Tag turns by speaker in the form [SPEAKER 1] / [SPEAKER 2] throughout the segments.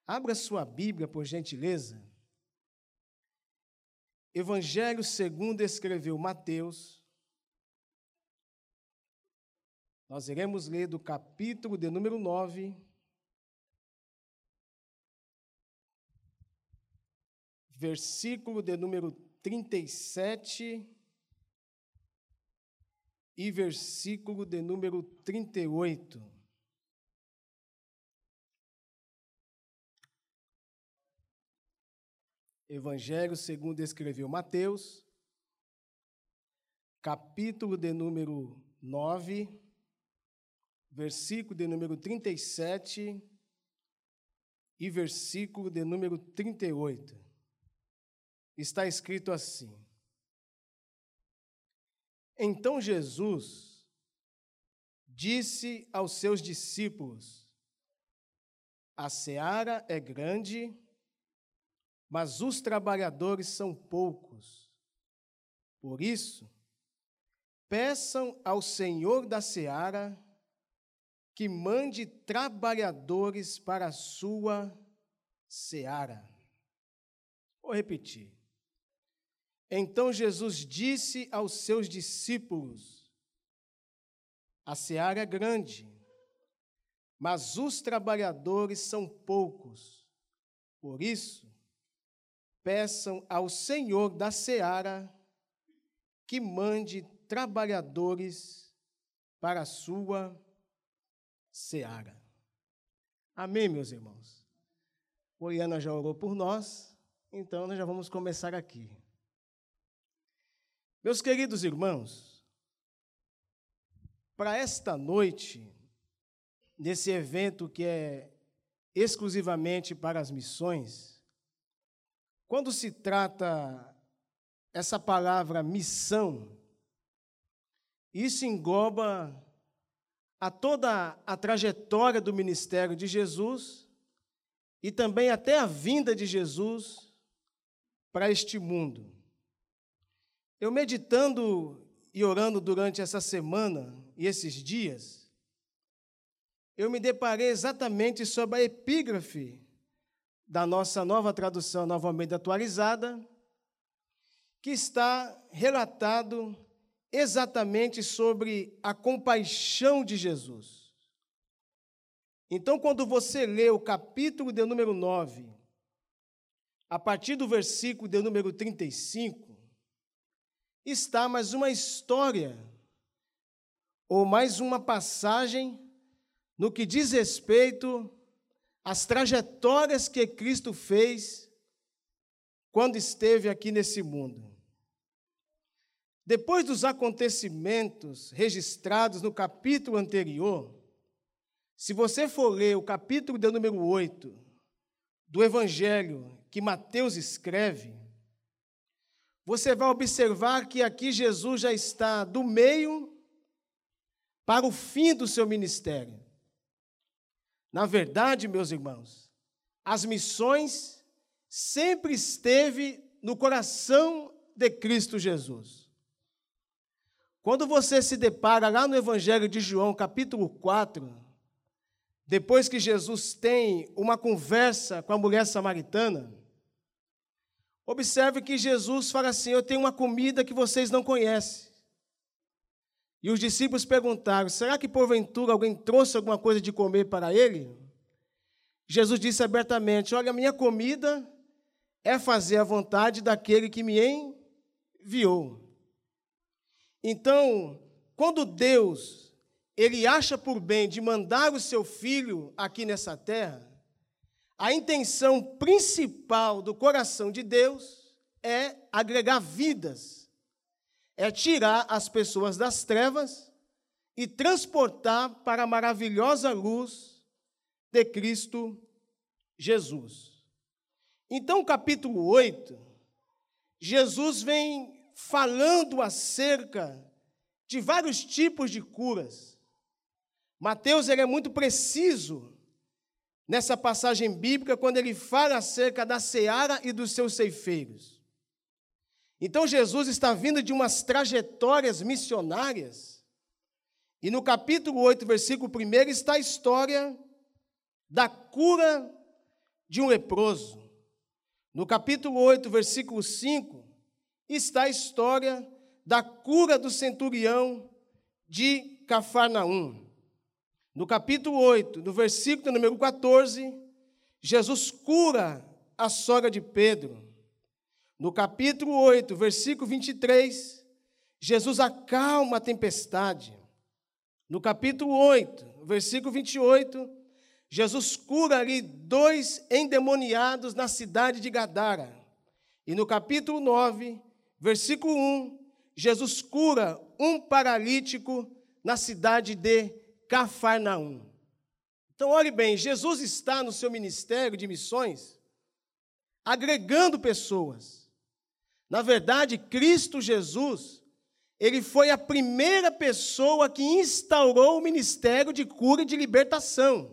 [SPEAKER 1] Abra sua Bíblia, por gentileza. Evangelho segundo escreveu Mateus. Nós iremos ler do capítulo de número 9, versículo de número 37 e versículo de número 38. Evangelho segundo escreveu Mateus, capítulo de número 9, versículo de número 37 e versículo de número 38. Está escrito assim: Então Jesus disse aos seus discípulos: A seara é grande, mas os trabalhadores são poucos. Por isso, peçam ao Senhor da seara que mande trabalhadores para a sua seara. Vou repetir. Então Jesus disse aos seus discípulos: A seara é grande, mas os trabalhadores são poucos. Por isso, peçam ao Senhor da seara que mande trabalhadores para a sua seara. Amém, meus irmãos? Oriana já orou por nós, então nós já vamos começar aqui. Meus queridos irmãos, para esta noite, nesse evento que é exclusivamente para as missões, quando se trata essa palavra missão, isso engloba a toda a trajetória do ministério de Jesus e também até a vinda de Jesus para este mundo. Eu meditando e orando durante essa semana e esses dias, eu me deparei exatamente sobre a epígrafe da nossa nova tradução, Nova Almeida atualizada, que está relatado exatamente sobre a compaixão de Jesus. Então, quando você lê o capítulo de número 9, a partir do versículo de número 35, está mais uma história, ou mais uma passagem, no que diz respeito às trajetórias que Cristo fez quando esteve aqui nesse mundo. Depois dos acontecimentos registrados no capítulo anterior, se você for ler o capítulo de número 8 do Evangelho que Mateus escreve, você vai observar que aqui Jesus já está do meio para o fim do seu ministério. Na verdade, meus irmãos, as missões sempre esteve no coração de Cristo Jesus. Quando você se depara lá no Evangelho de João, capítulo 4, depois que Jesus tem uma conversa com a mulher samaritana, observe que Jesus fala assim: eu tenho uma comida que vocês não conhecem. E os discípulos perguntaram: será que porventura alguém trouxe alguma coisa de comer para ele? Jesus disse abertamente: olha, a minha comida é fazer a vontade daquele que me enviou. Então, quando Deus, ele acha por bem de mandar o seu Filho aqui nessa terra, a intenção principal do coração de Deus é agregar vidas, é tirar as pessoas das trevas e transportar para a maravilhosa luz de Cristo Jesus. Então, capítulo 8, Jesus vem falando acerca de vários tipos de curas. Mateus ele é muito preciso nessa passagem bíblica, quando ele fala acerca da seara e dos seus ceifeiros. Então, Jesus está vindo de umas trajetórias missionárias, e no capítulo 8, versículo 1, está a história da cura de um leproso. No capítulo 8, versículo 5, está a história da cura do centurião de Cafarnaum. No capítulo 8, no versículo número 14, Jesus cura a sogra de Pedro. No capítulo 8, versículo 23, Jesus acalma a tempestade. No capítulo 8, versículo 28, Jesus cura ali 2 endemoniados na cidade de Gadara. E no capítulo 9, versículo 1, Jesus cura um paralítico na cidade de Cafarnaum. Então, olhe bem, Jesus está no seu ministério de missões agregando pessoas. Na verdade, Cristo Jesus, ele foi a primeira pessoa que instaurou o ministério de cura e de libertação.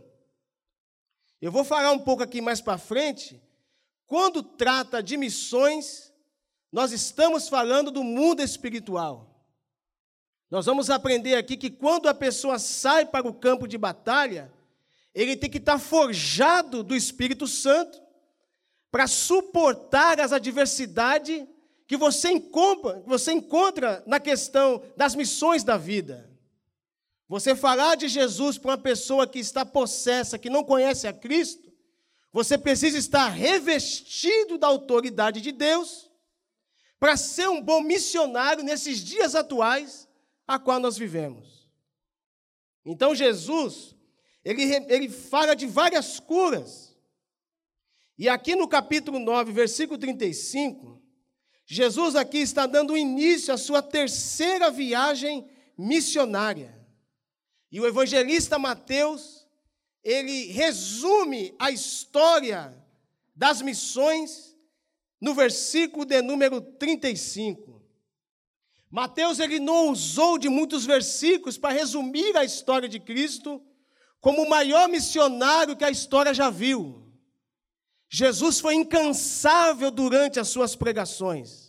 [SPEAKER 1] Eu vou falar um pouco aqui mais para frente. Quando trata de missões, nós estamos falando do mundo espiritual. Nós vamos aprender aqui que quando a pessoa sai para o campo de batalha, ele tem que estar forjado do Espírito Santo para suportar as adversidades que você encontra na questão das missões da vida. Você falar de Jesus para uma pessoa que está possessa, que não conhece a Cristo, você precisa estar revestido da autoridade de Deus para ser um bom missionário nesses dias atuais a qual nós vivemos. Então Jesus, ele fala de várias curas. E aqui no capítulo 9, versículo 35, Jesus aqui está dando início à sua terceira viagem missionária. E o evangelista Mateus, ele resume a história das missões no versículo de número 35. Mateus, ele não usou de muitos versículos para resumir a história de Cristo como o maior missionário que a história já viu. Jesus foi incansável durante as suas pregações.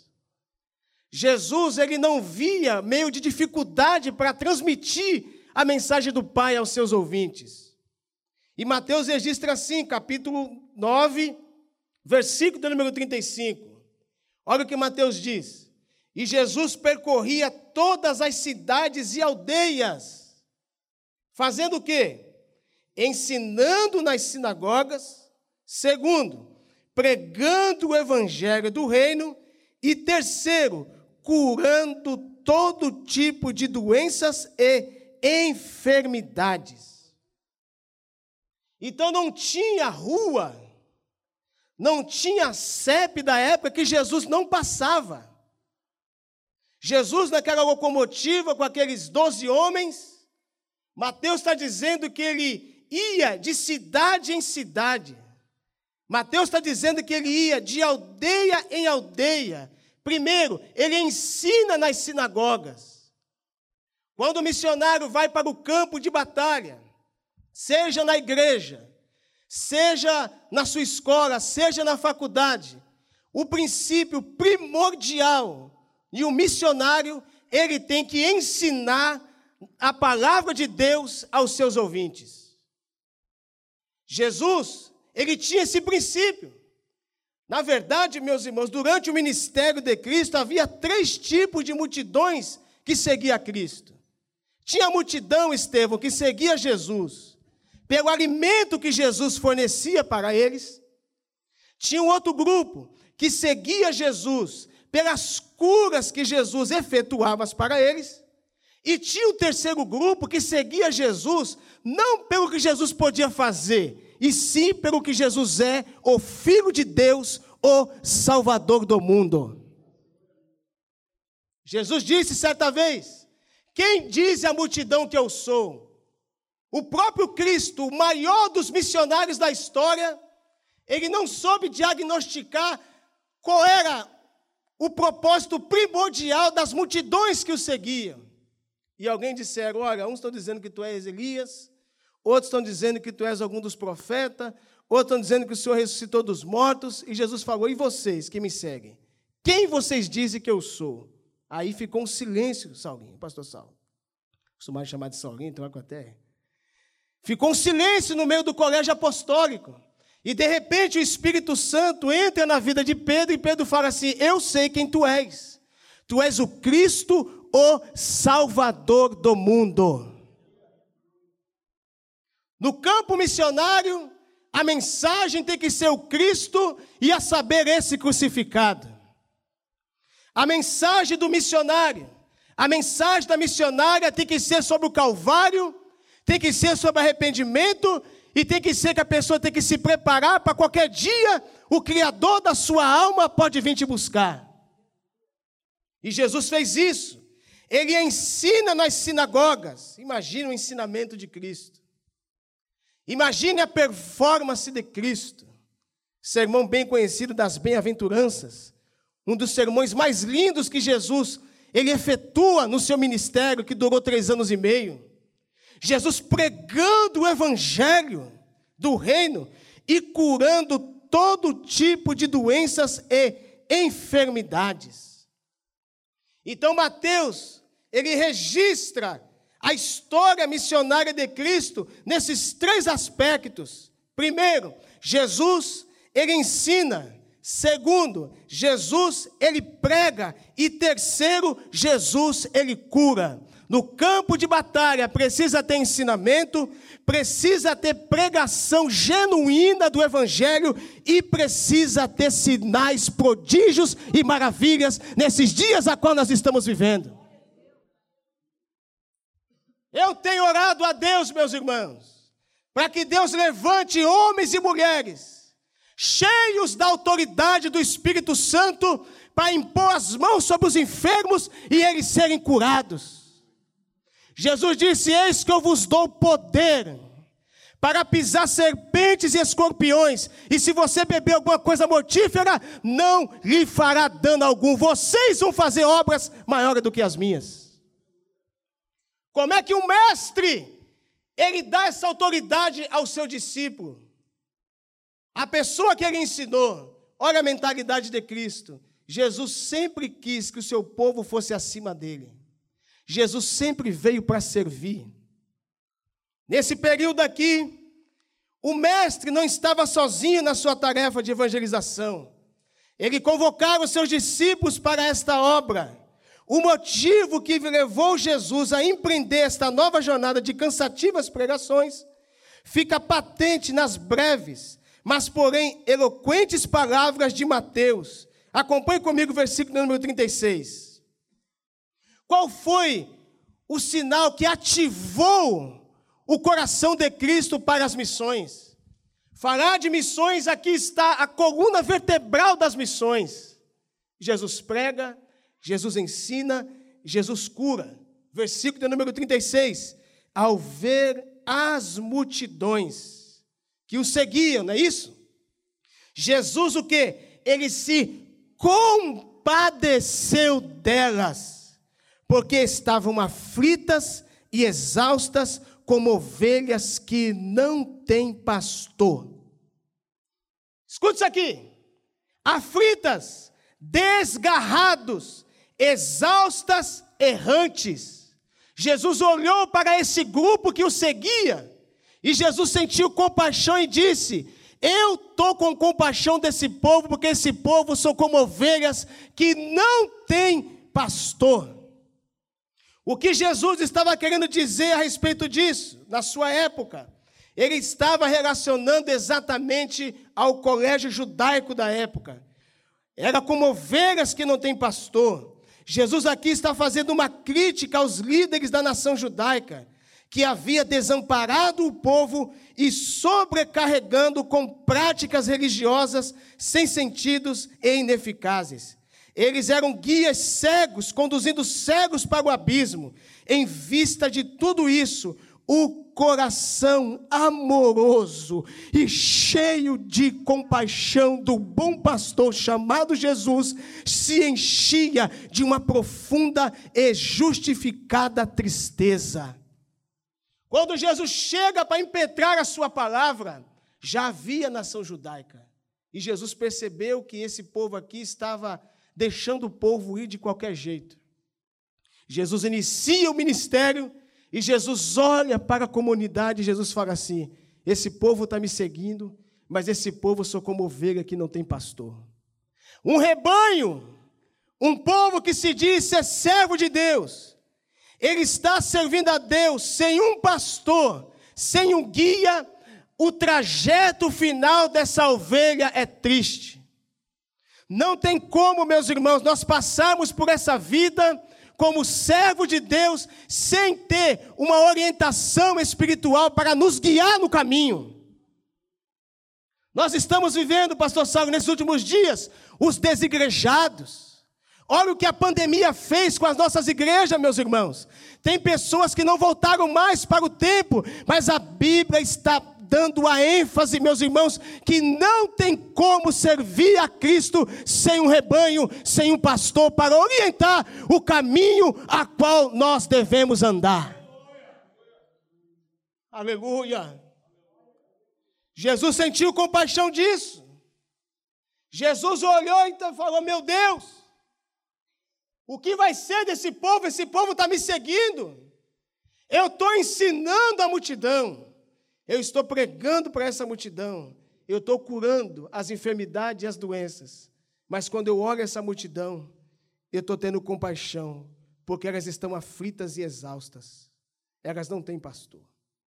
[SPEAKER 1] Jesus, ele não via meio de dificuldade para transmitir a mensagem do Pai aos seus ouvintes. E Mateus registra assim, capítulo 9, versículo número 35. Olha o que Mateus diz. E Jesus percorria todas as cidades e aldeias, fazendo o quê? Ensinando nas sinagogas. Segundo, pregando o evangelho do reino. E terceiro, curando todo tipo de doenças e enfermidades. Então não tinha rua, não tinha CEP da época que Jesus não passava. Jesus, naquela locomotiva com aqueles 12 homens, Mateus está dizendo que ele ia de cidade em cidade. Mateus está dizendo que ele ia de aldeia em aldeia. Primeiro, ele ensina nas sinagogas. Quando o missionário vai para o campo de batalha, seja na igreja, seja na sua escola, seja na faculdade, o princípio primordial de um missionário, ele tem que ensinar a palavra de Deus aos seus ouvintes. Jesus, ele tinha esse princípio. Na verdade, meus irmãos, durante o ministério de Cristo, havia 3 tipos de multidões que seguiam a Cristo. Tinha a multidão, Estevão, que seguia Jesus pelo alimento que Jesus fornecia para eles. Tinha um outro grupo que seguia Jesus pelas curas que Jesus efetuava para eles. E tinha o terceiro grupo que seguia Jesus não pelo que Jesus podia fazer, e sim pelo que Jesus é, o Filho de Deus, o Salvador do mundo. Jesus disse certa vez: quem diz a multidão que eu sou? O próprio Cristo, o maior dos missionários da história, ele não soube diagnosticar qual era o propósito primordial das multidões que o seguiam. E alguém disseram: olha, uns estão dizendo que tu és Elias, outros estão dizendo que tu és algum dos profetas, outros estão dizendo que o Senhor ressuscitou dos mortos. E Jesus falou: e vocês que me seguem? Quem vocês dizem que eu sou? Aí ficou um silêncio, Saulinho, pastor Saulo. Costumava chamar de Saulinho, troca até. Ficou um silêncio no meio do colégio apostólico. E de repente o Espírito Santo entra na vida de Pedro e Pedro fala assim: eu sei quem tu és. Tu és o Cristo, o Salvador do mundo. No campo missionário, a mensagem tem que ser o Cristo e a saber esse crucificado. A mensagem do missionário, a mensagem da missionária tem que ser sobre o Calvário, tem que ser sobre arrependimento e tem que ser que a pessoa tem que se preparar para qualquer dia o Criador da sua alma pode vir te buscar. E Jesus fez isso. Ele ensina nas sinagogas. Imagina o ensinamento de Cristo. Imagine a performance de Cristo. Sermão bem conhecido das bem-aventuranças. Um dos sermões mais lindos que Jesus ele efetua no seu ministério, que durou 3 anos e meio. Jesus pregando o evangelho do reino e curando todo tipo de doenças e enfermidades. Então Mateus, ele registra a história missionária de Cristo nesses 3 aspectos. Primeiro, Jesus, ele ensina. Segundo, Jesus, ele prega. E terceiro, Jesus, ele cura. No campo de batalha precisa ter ensinamento, precisa ter pregação genuína do evangelho e precisa ter sinais, prodígios e maravilhas nesses dias a qual nós estamos vivendo. Eu tenho orado a Deus, meus irmãos, para que Deus levante homens e mulheres cheios da autoridade do Espírito Santo para impor as mãos sobre os enfermos e eles serem curados. Jesus disse: eis que eu vos dou poder para pisar serpentes e escorpiões, e se você beber alguma coisa mortífera, não lhe fará dano algum. Vocês vão fazer obras maiores do que as minhas. Como é que um mestre, ele dá essa autoridade ao seu discípulo? A pessoa que ele ensinou, olha a mentalidade de Cristo. Jesus sempre quis que o seu povo fosse acima dele. Jesus sempre veio para servir. Nesse período aqui, o mestre não estava sozinho na sua tarefa de evangelização. Ele convocava os seus discípulos para esta obra. O motivo que levou Jesus a empreender esta nova jornada de cansativas pregações fica patente nas breves, mas porém eloquentes palavras de Mateus. Acompanhe comigo o versículo número 36. Qual foi o sinal que ativou o coração de Cristo para as missões? Falar de missões, aqui está a coluna vertebral das missões. Jesus prega, Jesus ensina, Jesus cura. Versículo número 36. Ao ver as multidões que o seguiam, não é isso? Jesus o quê? Ele se compadeceu delas, porque estavam aflitas e exaustas como ovelhas que não têm pastor. Escute isso aqui. Aflitas, desgarrados, exaustas, errantes. Jesus olhou para esse grupo que o seguia e Jesus sentiu compaixão e disse: eu estou com compaixão desse povo, porque esse povo são como ovelhas que não têm pastor. O que Jesus estava querendo dizer a respeito disso, na sua época? Ele estava relacionando exatamente ao colégio judaico da época. Era como ovelhas que não têm pastor. Jesus aqui está fazendo uma crítica aos líderes da nação judaica, que havia desamparado o povo e sobrecarregando com práticas religiosas sem sentidos e ineficazes. Eles eram guias cegos, conduzindo cegos para o abismo. Em vista de tudo isso, o coração amoroso e cheio de compaixão do bom pastor chamado Jesus se enchia de uma profunda e justificada tristeza. Quando Jesus chega para impetrar a sua palavra, já havia nação judaica. E Jesus percebeu que esse povo aqui estava deixando o povo ir de qualquer jeito. Jesus inicia o ministério e Jesus olha para a comunidade e Jesus fala assim: esse povo está me seguindo, mas esse povo sou como ovelha que não tem pastor. Um rebanho, um povo que se diz ser servo de Deus, ele está servindo a Deus sem um pastor, sem um guia. O trajeto final dessa ovelha é triste. Não tem como, meus irmãos, nós passarmos por essa vida como servo de Deus, sem ter uma orientação espiritual para nos guiar no caminho. Nós estamos vivendo, pastor Saulo, nesses últimos dias, os desigrejados. Olha o que a pandemia fez com as nossas igrejas, meus irmãos. Tem pessoas que não voltaram mais para o templo, mas a Bíblia está dando a ênfase, meus irmãos, que não tem como servir a Cristo sem um rebanho, sem um pastor para orientar o caminho a qual nós devemos andar. Aleluia! Jesus sentiu compaixão disso. Jesus olhou e falou: meu Deus, o que vai ser desse povo? Esse povo está me seguindo. Eu estou ensinando a multidão. Eu estou pregando para essa multidão. Eu estou curando as enfermidades e as doenças. Mas quando eu olho essa multidão, eu estou tendo compaixão, porque elas estão aflitas e exaustas. Elas não têm pastor.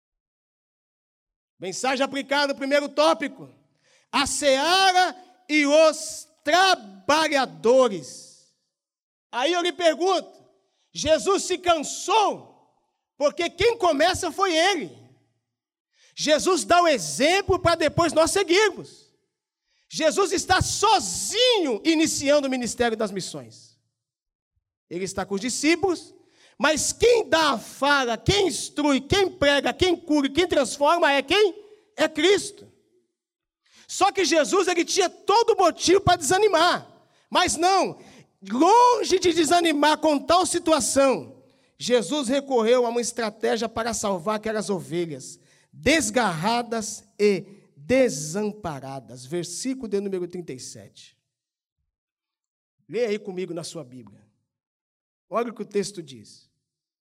[SPEAKER 1] Mensagem aplicada, primeiro tópico. A seara e os trabalhadores. Aí eu lhe pergunto, Jesus se cansou? Porque quem começa foi ele. Jesus dá o exemplo para depois nós seguirmos. Jesus está sozinho iniciando o ministério das missões. Ele está com os discípulos, mas quem dá a fala, quem instrui, quem prega, quem cura, quem transforma é quem? É Cristo. Só que Jesus, ele tinha todo motivo para desanimar, mas não, longe de desanimar com tal situação, Jesus recorreu a uma estratégia para salvar aquelas ovelhas desgarradas e desamparadas. Versículo de número 37. Leia aí comigo na sua Bíblia. Olha o que o texto diz.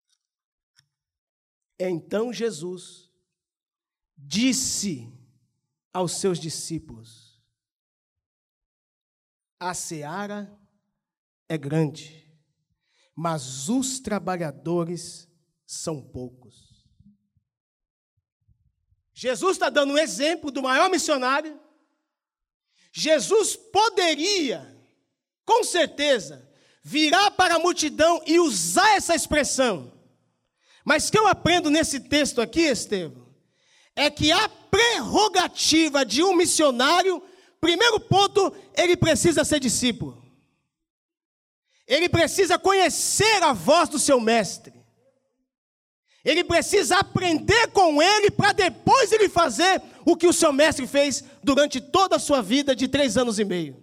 [SPEAKER 1] Então Jesus disse aos seus discípulos: a seara é grande, mas os trabalhadores são poucos. Jesus está dando um exemplo do maior missionário. Jesus poderia, com certeza, virar para a multidão e usar essa expressão. Mas o que eu aprendo nesse texto aqui, Estevão, é que a prerrogativa de um missionário, primeiro ponto, ele precisa ser discípulo. Ele precisa conhecer a voz do seu mestre. Ele precisa aprender com ele para depois ele fazer o que o seu mestre fez durante toda a sua vida de 3 anos e meio.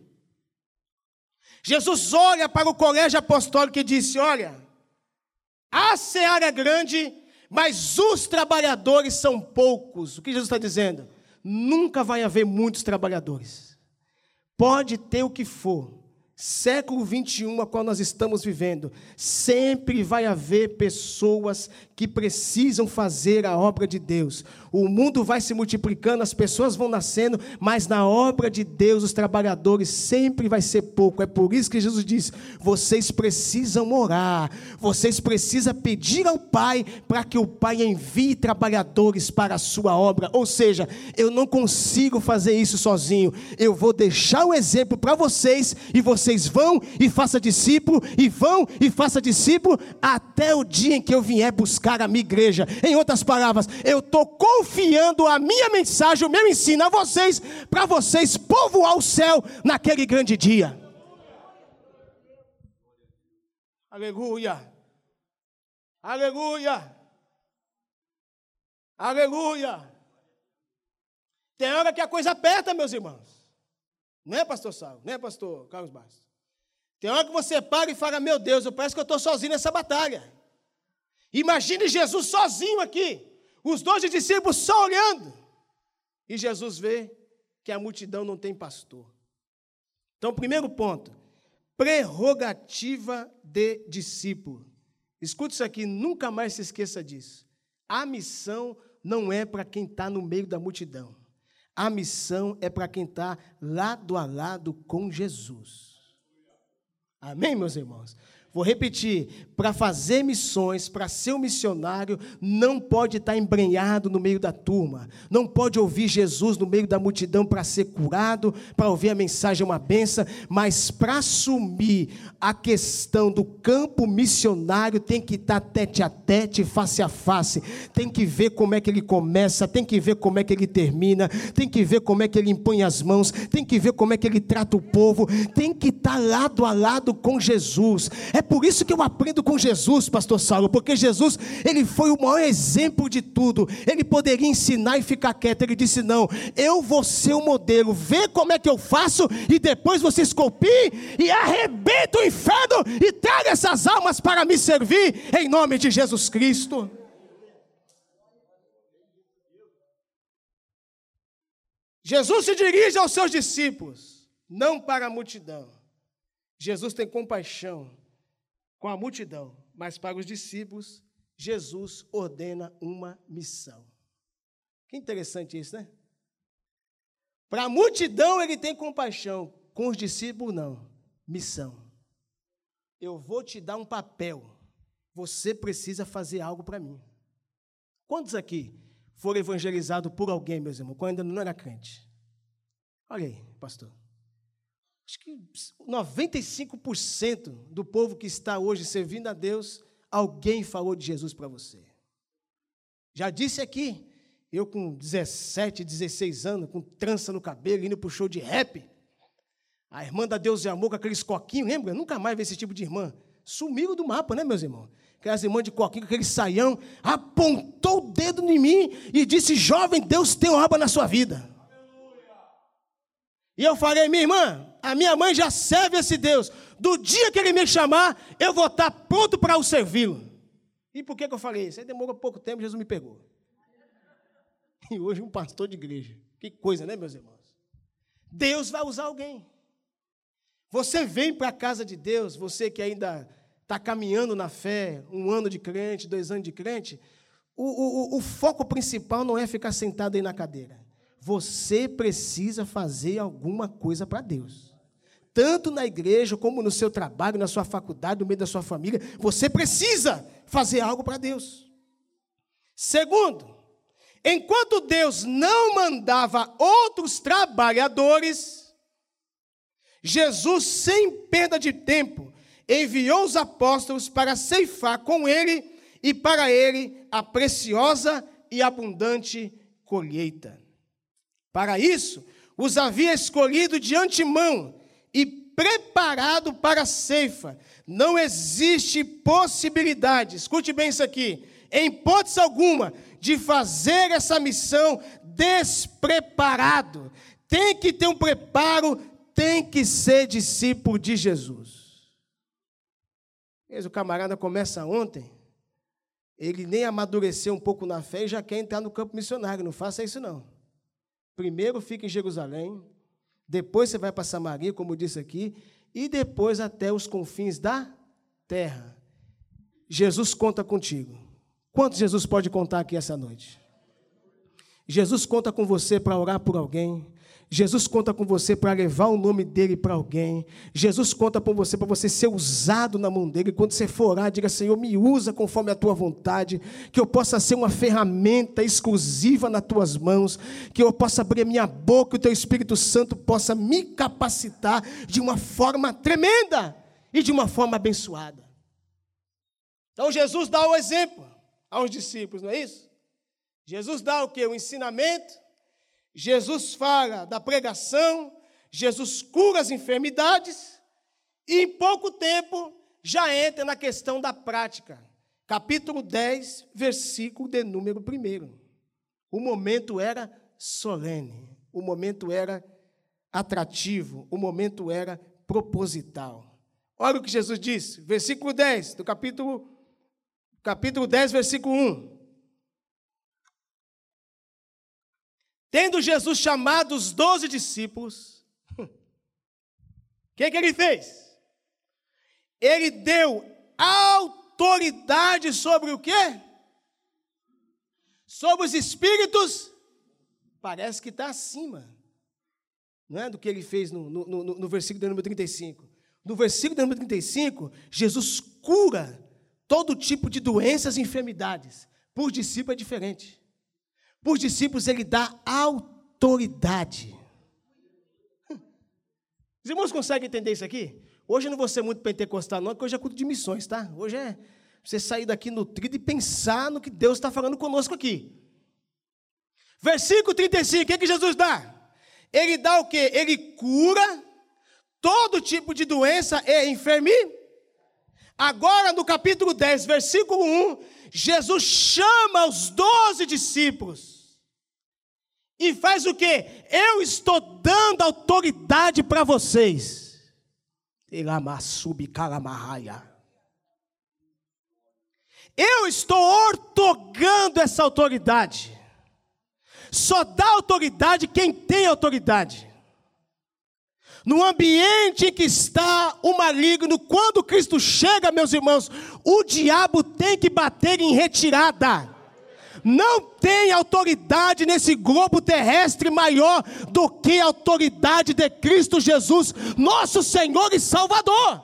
[SPEAKER 1] Jesus olha para o colégio apostólico e disse: olha, a seara é grande, mas os trabalhadores são poucos. O que Jesus está dizendo? Nunca vai haver muitos trabalhadores. Pode ter o que for. Século 21, a qual nós estamos vivendo, sempre vai haver pessoas que precisam fazer a obra de Deus. O mundo vai se multiplicando, as pessoas vão nascendo, mas na obra de Deus, os trabalhadores sempre vai ser pouco. É por isso que Jesus diz: vocês precisam orar, vocês precisam pedir ao Pai, para que o Pai envie trabalhadores para a sua obra. Ou seja, eu não consigo fazer isso sozinho, eu vou deixar o exemplo para vocês, e vocês vão e façam discípulo, e vão e façam discípulo, até o dia em que eu vier buscar a minha igreja. Em outras palavras, eu estou confiando a minha mensagem, o meu ensino a vocês, para vocês povoar o céu naquele grande dia. Aleluia, aleluia, aleluia. Tem hora que a coisa aperta, meus irmãos. Não é, pastor Saulo? Não é, pastor Carlos Bastos? Tem hora que você para e fala: meu Deus, eu parece que eu estou sozinho nessa batalha. Imagine Jesus sozinho aqui, os 12 discípulos só olhando, e Jesus vê que a multidão não tem pastor. Então, primeiro ponto, prerrogativa de discípulo. Escute isso aqui, nunca mais se esqueça disso. A missão não é para quem está no meio da multidão. A missão é para quem está lado a lado com Jesus. Amém, meus irmãos? Vou repetir, para fazer missões, para ser um missionário, não pode estar embrenhado no meio da turma, não pode ouvir Jesus no meio da multidão para ser curado, para ouvir a mensagem é uma benção, mas para assumir a questão do campo missionário, tem que estar tete a tete, face a face, tem que ver como é que ele começa, tem que ver como é que ele termina, tem que ver como é que ele impõe as mãos, tem que ver como é que ele trata o povo, tem que estar lado a lado com Jesus. É por isso que eu aprendo com Jesus, pastor Saulo, porque Jesus, ele foi o maior exemplo de tudo. Ele poderia ensinar e ficar quieto, ele disse não, eu vou ser o modelo, vê como é que eu faço e depois vocês copiem e arrebenta o inferno e traga essas almas para me servir, em nome de Jesus Cristo. Jesus se dirige aos seus discípulos, não para a multidão. Jesus tem compaixão com a multidão, mas para os discípulos, Jesus ordena uma missão. Que interessante isso, né? Para a multidão ele tem compaixão, com os discípulos não. Missão. Eu vou te dar um papel, você precisa fazer algo para mim. Quantos aqui foram evangelizados por alguém, meus irmãos, quando ainda não era crente? Olha aí, pastor. Acho que 95% do povo que está hoje servindo a Deus, alguém falou de Jesus para você. Já disse aqui, eu com 17, 16 anos, com trança no cabelo, indo para o show de rap, a irmã da Deus e Amor com aqueles coquinhos, lembra? Eu nunca mais vi esse tipo de irmã. Sumiram do mapa, né, meus irmãos? Aquelas irmãs de coquinho com aquele saião, apontou o dedo em mim e disse, jovem, Deus tem obra na sua vida. E eu falei, minha irmã, a minha mãe já serve esse Deus. Do dia que ele me chamar, eu vou estar pronto para o servi-lo. E por que eu falei isso? Aí demorou pouco tempo, Jesus me pegou. E hoje um pastor de igreja. Que coisa, né, meus irmãos? Deus vai usar alguém. Você vem para a casa de Deus, você que ainda está caminhando na fé, 1 ano de crente, 2 anos de crente, o foco principal não é ficar sentado aí na cadeira. Você precisa fazer alguma coisa para Deus. Tanto na igreja, como no seu trabalho, na sua faculdade, no meio da sua família, você precisa fazer algo para Deus. Segundo, enquanto Deus não mandava outros trabalhadores, Jesus, sem perda de tempo, enviou os apóstolos para ceifar com ele e para ele a preciosa e abundante colheita. Para isso, os havia escolhido de antemão e preparado para a ceifa. Não existe possibilidade, escute bem isso aqui, em hipótese alguma, de fazer essa missão despreparado. Tem que ter um preparo, tem que ser discípulo de Jesus. Mas o camarada começa ontem, ele nem amadureceu um pouco na fé e já quer entrar no campo missionário. Não faça isso não. Primeiro fica em Jerusalém, depois você vai para Samaria, como disse aqui, e depois até os confins da terra. Jesus conta contigo. Quantos Jesus pode contar aqui essa noite? Jesus conta com você para orar por alguém. Jesus conta com você para levar o nome dele para alguém. Jesus conta com você para você ser usado na mão dele. Quando você for orar, diga, Senhor, me usa conforme a tua vontade, que eu possa ser uma ferramenta exclusiva nas tuas mãos, que eu possa abrir a minha boca, que o teu Espírito Santo possa me capacitar de uma forma tremenda e de uma forma abençoada. Então Jesus dá o exemplo aos discípulos, não é isso? Jesus dá o quê? O ensinamento. Jesus fala da pregação, Jesus cura as enfermidades e em pouco tempo já entra na questão da prática. Capítulo 10, versículo de número 1. O momento era solene, o momento era atrativo, o momento era proposital. Olha o que Jesus disse, versículo 10, do capítulo 10, versículo 1. Tendo Jesus chamado os 12 discípulos, o que ele fez? Ele deu autoridade sobre o quê? Sobre os espíritos parece que está acima, não é, do que ele fez no versículo de número 35. No versículo de número 35, Jesus cura todo tipo de doenças e enfermidades. Por discípulo é diferente. Por discípulos ele dá autoridade. Os irmãos conseguem entender isso aqui? Hoje eu não vou ser muito pentecostal não, porque hoje é culto de missões, tá? Hoje é você sair daqui nutrido e pensar no que Deus está falando conosco aqui. Versículo 35, o que Jesus dá? Ele dá o quê? Ele cura todo tipo de doença e enfermidade. Agora, no capítulo 10, versículo 1, Jesus chama os 12 discípulos e faz o quê? Eu estou dando autoridade para vocês. Eu estou ortogando essa autoridade. Só dá autoridade quem tem autoridade. No ambiente em que está o maligno, quando Cristo chega, meus irmãos, o diabo tem que bater em retirada. Não tem autoridade nesse globo terrestre maior do que a autoridade de Cristo Jesus, nosso Senhor e Salvador.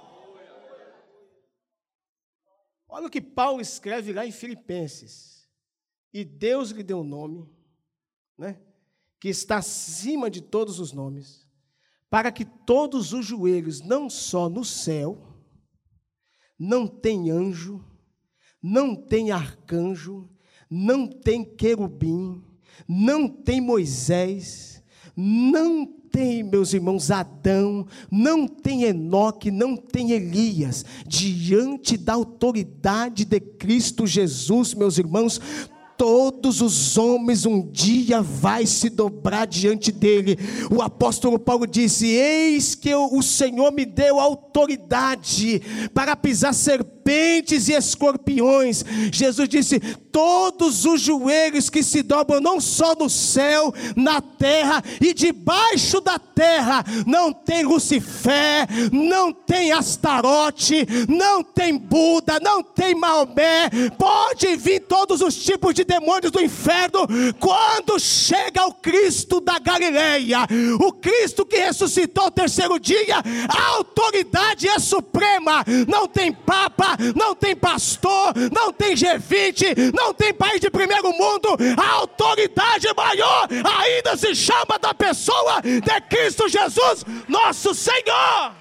[SPEAKER 1] Olha o que Paulo escreve lá em Filipenses. E Deus lhe deu um nome, né, que está acima de todos os nomes, para que todos os joelhos, não só no céu, não tem anjo, não tem arcanjo, não tem querubim, não tem Moisés, não tem, meus irmãos, Adão, não tem Enoque, não tem Elias, diante da autoridade de Cristo Jesus, meus irmãos, todos os homens um dia vai se dobrar diante dele. O apóstolo Paulo disse: eis que o Senhor me deu autoridade para pisar serpentes e escorpiões. Jesus disse: todos os joelhos que se dobram, não só no céu, na terra e debaixo da terra, não tem Lucifer, não tem Astarote, não tem Buda, não tem Maomé, pode vir todos os tipos de demônios do inferno, quando chega o Cristo da Galileia, o Cristo que ressuscitou ao terceiro dia, a autoridade é suprema. Não tem papa, não tem pastor, não tem G20, não tem país de primeiro mundo. A autoridade maior ainda se chama da pessoa de Cristo Jesus, nosso Senhor.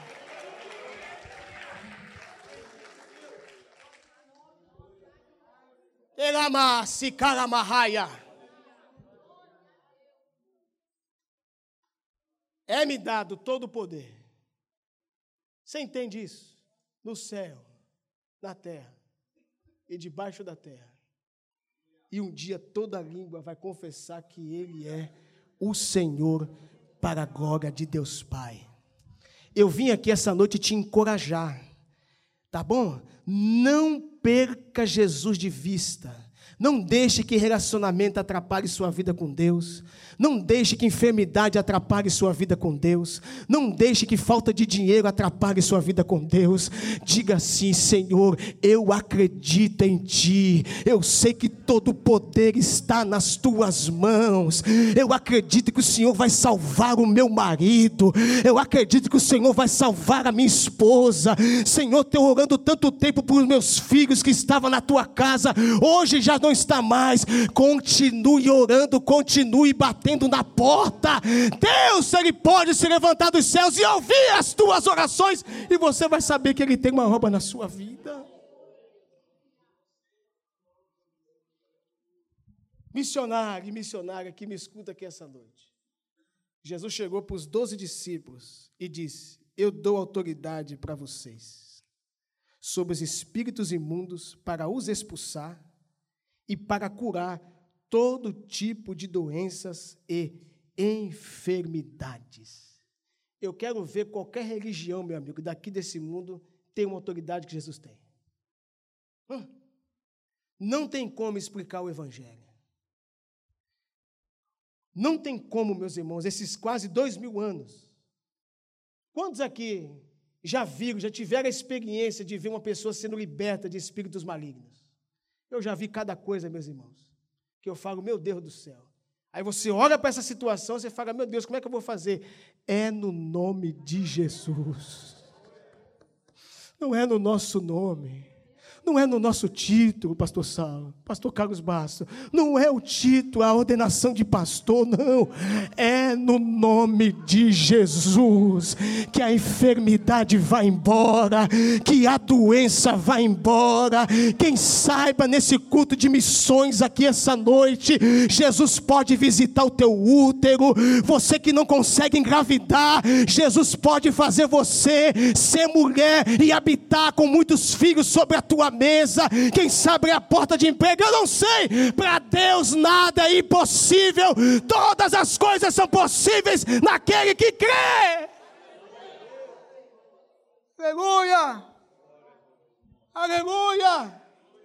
[SPEAKER 1] É-me dado todo o poder. Você entende isso? No céu, na terra e debaixo da terra. E um dia toda língua vai confessar que Ele é o Senhor, para a glória de Deus Pai. Eu vim aqui essa noite te encorajar, tá bom? Não perca Jesus de vista. Não deixe que relacionamento atrapalhe sua vida com Deus. Não deixe que enfermidade atrapalhe sua vida com Deus. Não deixe que falta de dinheiro atrapalhe sua vida com Deus. Diga assim: Senhor, eu acredito em Ti. Eu sei que todo o poder está nas Tuas mãos. Eu acredito que o Senhor vai salvar o meu marido. Eu acredito que o Senhor vai salvar a minha esposa. Senhor, estou orando tanto tempo por meus filhos que estavam na Tua casa. Hoje já não está mais. Continue orando, continue batendo na porta. Deus, Ele pode se levantar dos céus e ouvir as tuas orações, e você vai saber que Ele tem uma obra na sua vida. Missionário e missionária que me escuta aqui essa noite, Jesus chegou para os 12 discípulos e disse: eu dou autoridade para vocês sobre os espíritos imundos, para os expulsar e para curar todo tipo de doenças e enfermidades. Eu quero ver qualquer religião, meu amigo, daqui desse mundo, ter uma autoridade que Jesus tem. Não tem como explicar o Evangelho. Não tem como, meus irmãos, esses quase 2000 anos. Quantos aqui já viram, já tiveram a experiência de ver uma pessoa sendo liberta de espíritos malignos? Eu já vi cada coisa, meus irmãos, que eu falo: meu Deus do céu, Aí você olha para essa situação, você fala, meu Deus, como é que eu vou fazer? É no nome de Jesus. Não é no nosso nome. Não é no nosso título, pastor Saulo, pastor Carlos Bastos. Não é o título, a ordenação de pastor, não. É no nome de Jesus que a enfermidade vai embora, que a doença vai embora. Quem saiba, nesse culto de missões aqui essa noite, Jesus pode visitar o teu útero. Você que não consegue engravidar, Jesus pode fazer você ser mulher e habitar com muitos filhos sobre a tua mesa. Quem sabe a porta de emprego, eu não sei. Para Deus nada é impossível. Todas as coisas são possíveis naquele que crê. Aleluia! Aleluia!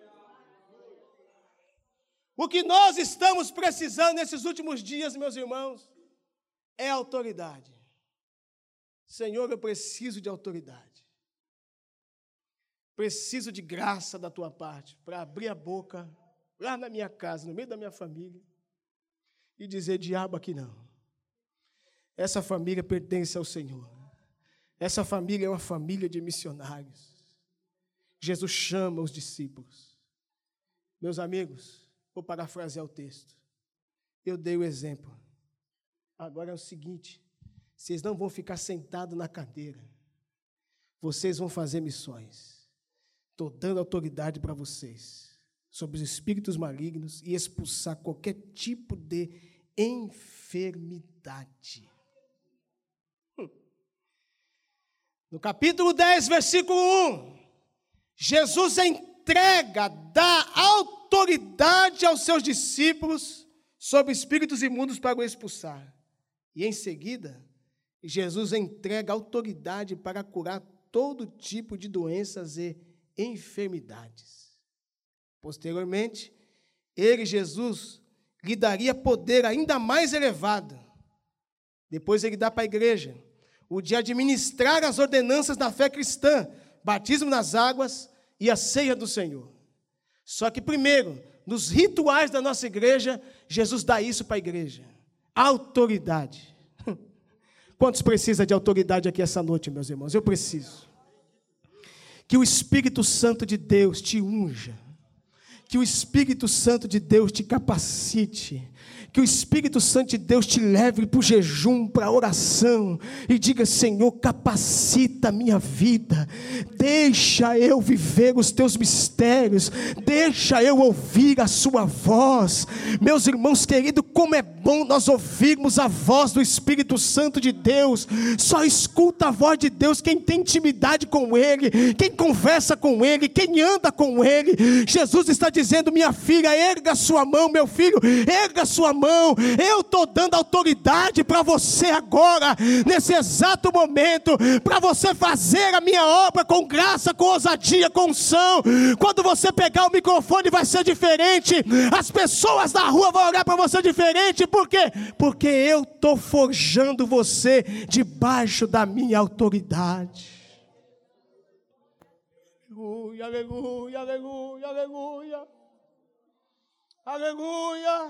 [SPEAKER 1] O que nós estamos precisando nesses últimos dias, meus irmãos, é autoridade. Senhor, eu preciso de autoridade. Preciso de graça da tua parte para abrir a boca lá na minha casa, no meio da minha família, e dizer, diabo, aqui não. Essa família pertence ao Senhor. Essa família é uma família de missionários. Jesus chama os discípulos. Meus amigos, vou parafrasear o texto. Eu dei o exemplo. Agora é o seguinte, vocês não vão ficar sentados na cadeira. Vocês vão fazer missões. Estou dando autoridade para vocês sobre os espíritos malignos e expulsar qualquer tipo de enfermidade. No capítulo 10, versículo 1, Jesus entrega, dá autoridade aos seus discípulos sobre espíritos imundos para o expulsar. E em seguida, Jesus entrega autoridade para curar todo tipo de doenças e enfermidades. Posteriormente, Jesus, lhe daria poder ainda mais elevado. Depois ele dá para a igreja o de administrar as ordenanças da fé cristã, batismo nas águas e a ceia do Senhor. Só que primeiro, nos rituais da nossa igreja, Jesus dá isso para a igreja. Autoridade. Quantos precisam de autoridade aqui essa noite, meus irmãos? Eu preciso. Que o Espírito Santo de Deus te unja, que o Espírito Santo de Deus te capacite, que o Espírito Santo de Deus te leve para o jejum, para a oração, e diga, Senhor, capacita a minha vida, deixa eu viver os teus mistérios, deixa eu ouvir a sua voz. Meus irmãos queridos, como é bom nós ouvirmos a voz do Espírito Santo de Deus. Só escuta a voz de Deus quem tem intimidade com Ele, quem conversa com Ele, quem anda com Ele. Jesus está dizendo, minha filha, erga a sua mão, meu filho, erga a sua mão. Eu estou dando autoridade para você agora, nesse exato momento, para você fazer a minha obra com graça, com ousadia, com unção. Quando você pegar o microfone vai ser diferente, as pessoas da rua vão olhar para você diferente. Por quê? Porque eu estou forjando você debaixo da minha autoridade. Aleluia, aleluia, aleluia, aleluia. Aleluia.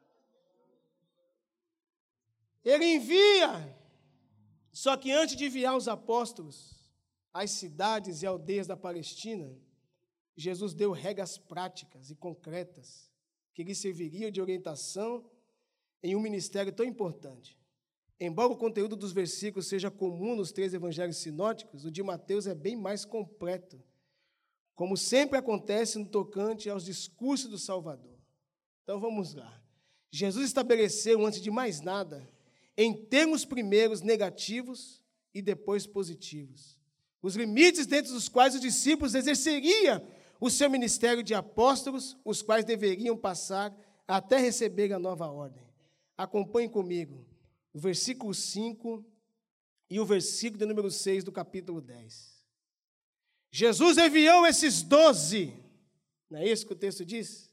[SPEAKER 1] Ele envia, só que antes de enviar os apóstolos às cidades e aldeias da Palestina, Jesus deu regras práticas e concretas que lhe serviriam de orientação em um ministério tão importante. Embora o conteúdo dos versículos seja comum nos 3 evangelhos sinóticos, o de Mateus é bem mais completo, como sempre acontece no tocante aos discursos do Salvador. Então vamos lá. Jesus estabeleceu, antes de mais nada, em termos primeiros negativos e depois positivos, os limites dentro dos quais os discípulos exerceriam o seu ministério de apóstolos, os quais deveriam passar até receber a nova ordem. Acompanhe comigo o versículo 5 e o versículo de número 6 do capítulo 10. Jesus enviou esses 12, não é isso que o texto diz?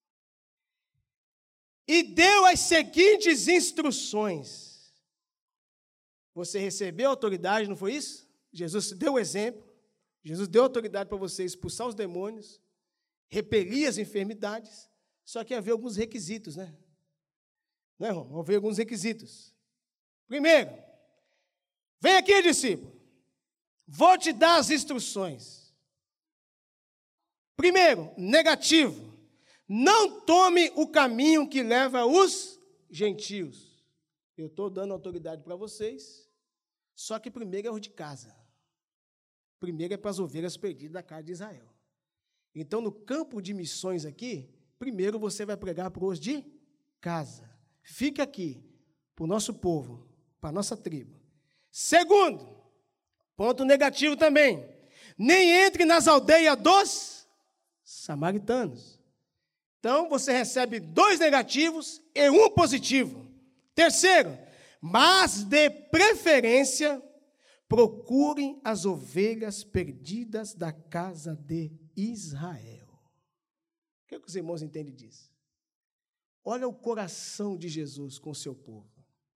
[SPEAKER 1] E deu as seguintes instruções. Você recebeu autoridade, não foi isso? Jesus deu o exemplo. Jesus deu autoridade para você expulsar os demônios, repelir as enfermidades, só que havia alguns requisitos, né? Né, irmão? Vamos ver alguns requisitos. Primeiro, vem aqui, discípulo. Vou te dar as instruções. Primeiro, negativo. Não tome o caminho que leva os gentios. Eu estou dando autoridade para vocês, só que primeiro é o de casa. Primeiro é para as ovelhas perdidas da casa de Israel. Então, no campo de missões aqui, primeiro você vai pregar para os de casa. Fica aqui, para o nosso povo, para a nossa tribo. Segundo, ponto negativo também. Nem entre nas aldeias dos samaritanos. Então, você recebe 2 negativos e 1 positivo. Terceiro, mas de preferência, procurem as ovelhas perdidas da casa de Israel. O que os irmãos entendem disso? Olha o coração de Jesus com o seu povo.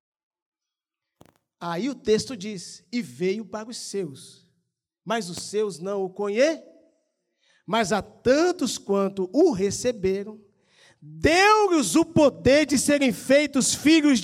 [SPEAKER 1] Aí o texto diz, e veio para os seus, mas os seus não o conheceram. Mas a tantos quanto o receberam, deu-lhes o poder de serem feitos filhos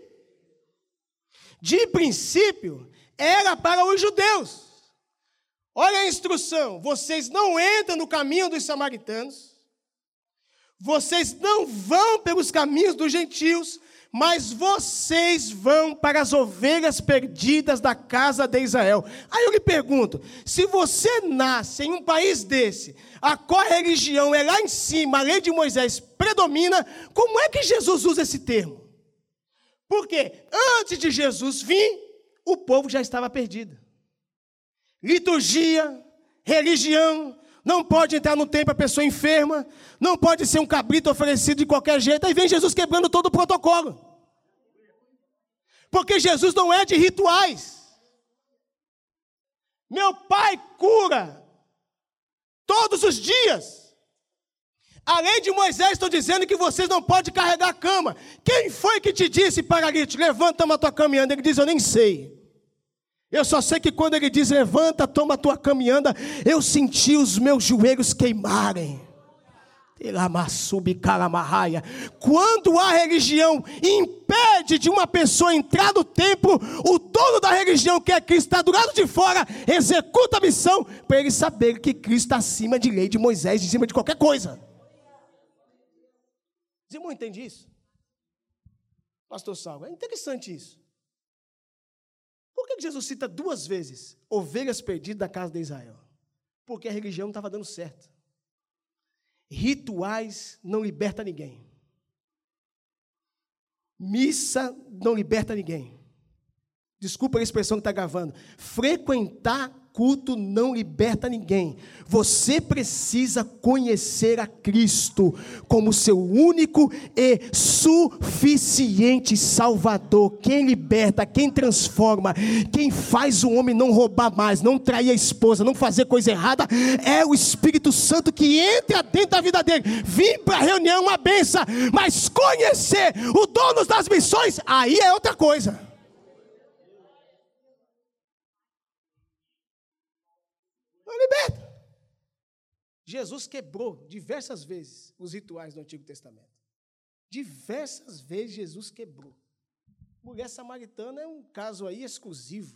[SPEAKER 1] de princípio, era para os judeus. Olha a instrução, vocês não entram no caminho dos samaritanos, vocês não vão pelos caminhos dos gentios, mas vocês vão para as ovelhas perdidas da casa de Israel. Aí eu lhe pergunto, se você nasce em um país desse, a qual religião é lá em cima, a lei de Moisés predomina, como é que Jesus usa esse termo? Porque antes de Jesus vir, o povo já estava perdido. Liturgia, religião, não pode entrar no templo a pessoa enferma, não pode ser um cabrito oferecido de qualquer jeito, aí vem Jesus quebrando todo o protocolo. Porque Jesus não é de rituais. Meu pai cura todos os dias. A lei de Moisés está dizendo que vocês não podem carregar a cama. Quem foi que te disse, paralítico, levanta, toma a tua cama e anda? Ele diz, eu nem sei. Eu só sei que quando ele diz, levanta, toma a tua cama e anda, eu senti os meus joelhos queimarem. Quando a religião impede de uma pessoa entrar no templo, o dono da religião, que é Cristo, está do lado de fora, executa a missão, para ele saber que Cristo está acima de lei de Moisés, acima de qualquer coisa. Os irmãos entendem isso? Pastor Salvo, é interessante isso. Por que Jesus cita 2 vezes ovelhas perdidas da casa de Israel? Porque a religião não estava dando certo. Rituais não liberta ninguém. Missa não liberta ninguém. Desculpa a expressão que está gravando. Frequentar culto não liberta ninguém. Você precisa conhecer a Cristo como seu único e suficiente Salvador. Quem liberta, quem transforma, quem faz o homem não roubar mais, não trair a esposa, não fazer coisa errada, é o Espírito Santo que entra dentro da vida dele. Vim para a reunião, uma benção, mas conhecer o dono das missões, aí é outra coisa. Liberta. Jesus quebrou diversas vezes os rituais do Antigo Testamento. Diversas vezes Jesus quebrou. Mulher samaritana é um caso aí exclusivo.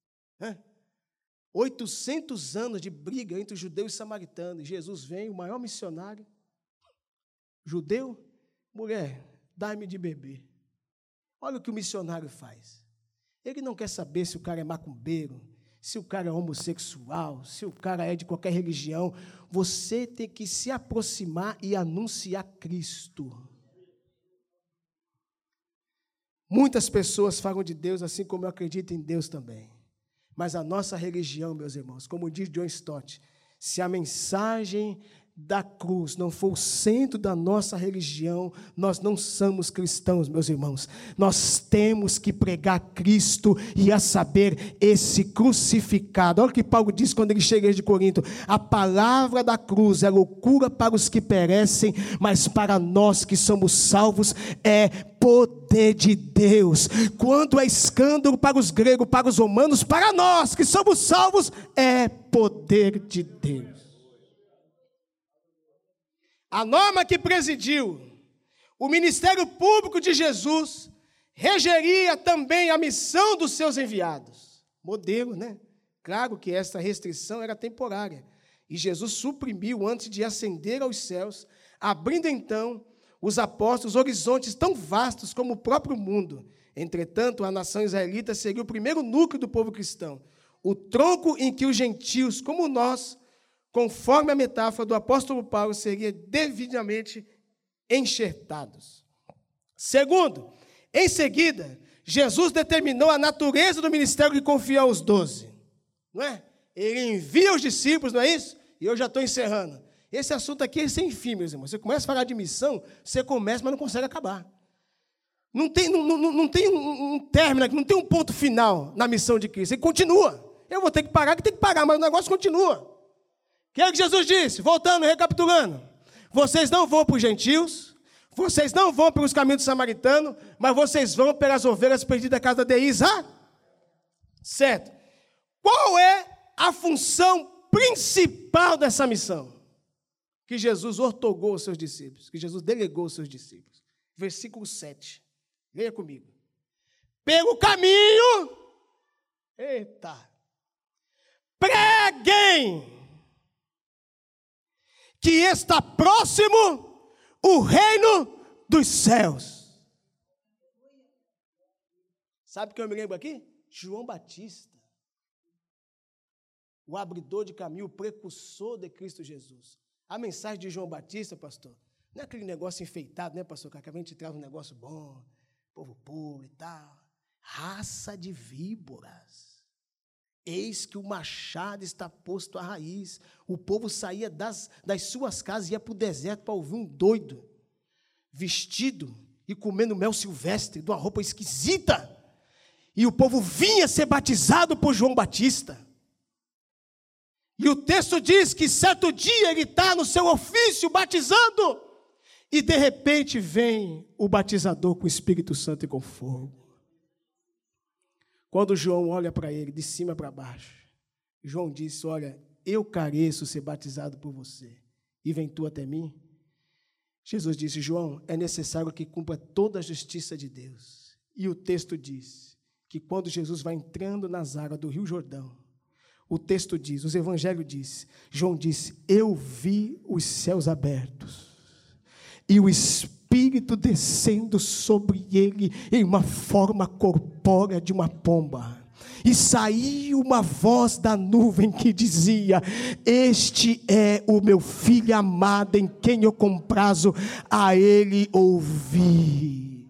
[SPEAKER 1] 800 anos de briga entre os judeus e samaritanos. Jesus vem, o maior missionário, judeu, mulher, dá-me de beber. Olha o que o missionário faz. Ele não quer saber se o cara é macumbeiro, se o cara é homossexual, se o cara é de qualquer religião. Você tem que se aproximar e anunciar Cristo. Muitas pessoas falam de Deus assim como eu acredito em Deus também. Mas a nossa religião, meus irmãos, como diz John Stott, se a mensagem da cruz não for o centro da nossa religião, nós não somos cristãos, meus irmãos. Nós temos que pregar Cristo e a saber, esse crucificado. Olha o que Paulo diz quando ele chega de Corinto: a palavra da cruz é loucura para os que perecem, mas para nós que somos salvos é poder de Deus. Quando é escândalo para os gregos, para os romanos, para nós que somos salvos é poder de Deus. A norma que presidiu O ministério público de Jesus regeria também a missão dos seus enviados. Modelo, né? Claro que essa restrição era temporária. E Jesus suprimiu antes de ascender aos céus, abrindo então os apóstolos horizontes tão vastos como o próprio mundo. Entretanto, a nação israelita seria o primeiro núcleo do povo cristão, o tronco em que os gentios, como nós, conforme a metáfora do apóstolo Paulo, seriam devidamente enxertados. Segundo, em seguida, Jesus determinou a natureza do ministério que confiou aos 12. Não é? Ele envia os discípulos, não é isso? E eu já estou encerrando. Esse assunto aqui é sem fim, meus irmãos. Você começa a falar de missão, você começa, mas não consegue acabar. Não tem um término, não tem um ponto final na missão de Cristo. Ele continua. Eu vou ter que parar, mas o negócio continua. O que é que Jesus disse? Voltando, recapitulando. Vocês não vão para os gentios, vocês não vão pelos caminhos samaritanos, mas vocês vão pelas ovelhas perdidas da casa de Israel. Certo. Qual é a função principal dessa missão? Que Jesus ortogou aos seus discípulos, que Jesus delegou aos seus discípulos. Versículo 7. Leia comigo. Pelo caminho, preguem que está próximo o reino dos céus. Sabe o que eu me lembro aqui? João Batista, o abridor de caminho, o precursor de Cristo Jesus. A mensagem de João Batista, pastor, não é aquele negócio enfeitado, né, pastor? Que a gente traz um negócio bom, povo puro e tal. Raça de víboras. Eis que o machado está posto à raiz. O povo saía das suas casas e ia para o deserto para ouvir um doido, vestido e comendo mel silvestre, de uma roupa esquisita. E o povo vinha ser batizado por João Batista. E o texto diz que certo dia ele está no seu ofício batizando, e de repente vem o batizador com o Espírito Santo e com fogo. Quando João olha para ele, de cima para baixo, João disse, olha, eu careço ser batizado por você, e vem tu até mim? Jesus disse, João, é necessário que cumpra toda a justiça de Deus. E o texto diz que quando Jesus vai entrando nas águas do Rio Jordão, o texto diz, os evangelhos diz, João disse, eu vi os céus abertos e o Espírito descendo sobre ele em uma forma corpórea de uma pomba. E saiu uma voz da nuvem que dizia, este é o meu filho amado em quem eu comprazo, a ele ouvi.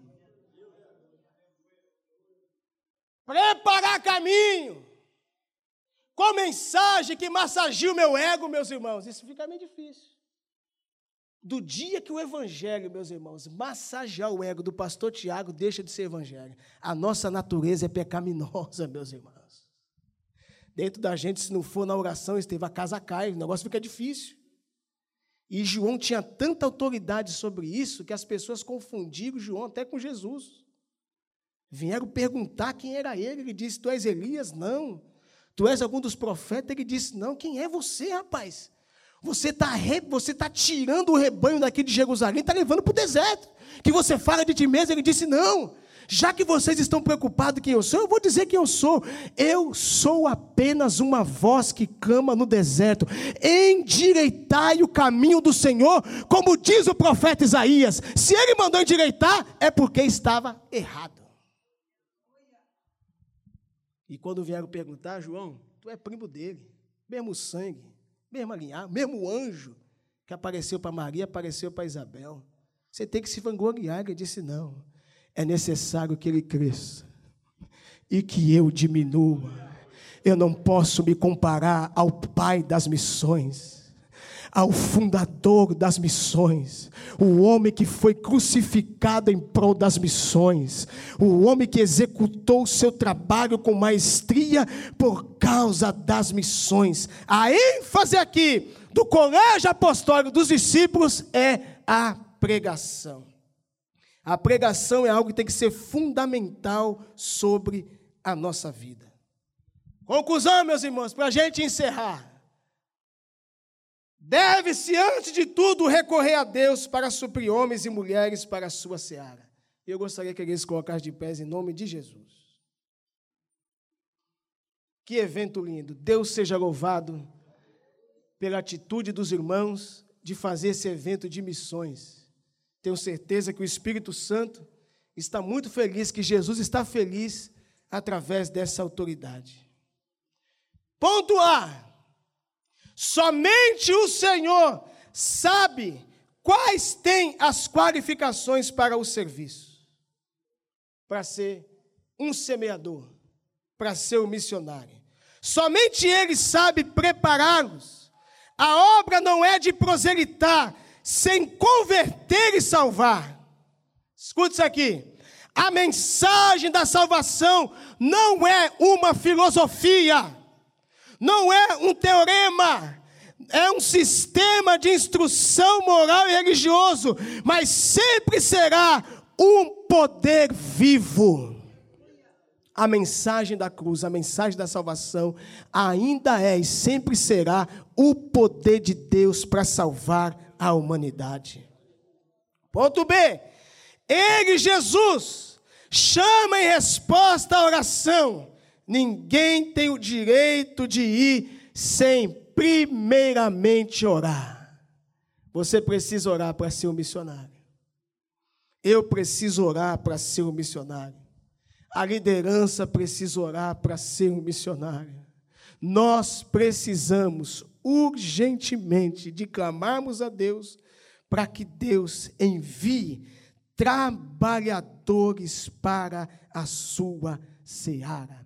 [SPEAKER 1] Preparar caminho. Com mensagem que massageia o meu ego, meus irmãos. Isso fica meio difícil. Do dia que o evangelho, meus irmãos, massagear o ego do pastor Tiago, deixa de ser evangelho. A nossa natureza é pecaminosa, meus irmãos. Dentro da gente, se não for na oração, Esteve, a casa cai, o negócio fica difícil. E João tinha tanta autoridade sobre isso, que as pessoas confundiram João até com Jesus. Vieram perguntar quem era ele. Ele disse, tu és Elias? Não. Tu és algum dos profetas? Ele disse, não, quem é você, rapaz? Você tá tirando o rebanho daqui de Jerusalém, está levando para o deserto. Que você fala de ti mesmo? Ele disse, não, já que vocês estão preocupados quem eu sou, eu vou dizer quem eu sou. Eu sou apenas uma voz que clama no deserto. Endireitai o caminho do Senhor, como diz o profeta Isaías. Se ele mandou endireitar, é porque estava errado. E quando vieram perguntar, João, tu é primo dele, mesmo sangue, mesma linhagem, mesmo anjo que apareceu para Maria, apareceu para Isabel. Você tem que se vangloriar. Ele disse, não, é necessário que ele cresça e que eu diminua. Eu não posso me comparar ao pai das missões, ao fundador das missões, o homem que foi crucificado em prol das missões, o homem que executou o seu trabalho com maestria por causa das missões. A ênfase aqui do colégio apostólico dos discípulos é a pregação. A pregação é algo que tem que ser fundamental sobre a nossa vida. Conclusão, meus irmãos, para a gente encerrar. deve-se, antes de tudo, recorrer a Deus para suprir homens e mulheres para a sua seara. Eu gostaria que eles colocassem de pés em nome de Jesus. Que evento lindo. Deus seja louvado pela atitude dos irmãos de fazer esse evento de missões. Tenho certeza que o Espírito Santo está muito feliz, que Jesus está feliz através dessa autoridade. Ponto A. Somente o Senhor sabe quais têm as qualificações para o serviço. Para ser um semeador, para ser um missionário. Somente Ele sabe prepará-los. A obra não é de proselitar, sem converter e salvar. Escute isso aqui. A mensagem da salvação não é uma filosofia, não é um teorema, é um sistema de instrução moral e religioso, mas sempre será um poder vivo. A mensagem da cruz, a mensagem da salvação ainda é e sempre será o poder de Deus para salvar a humanidade. Ponto B. Ele, Jesus, chama em resposta à oração. Ninguém tem o direito de ir sem primeiramente orar. Você precisa orar para ser um missionário. Eu preciso orar para ser um missionário. A liderança precisa orar para ser um missionário. Nós precisamos urgentemente de clamarmos a Deus para que Deus envie trabalhadores para a sua seara.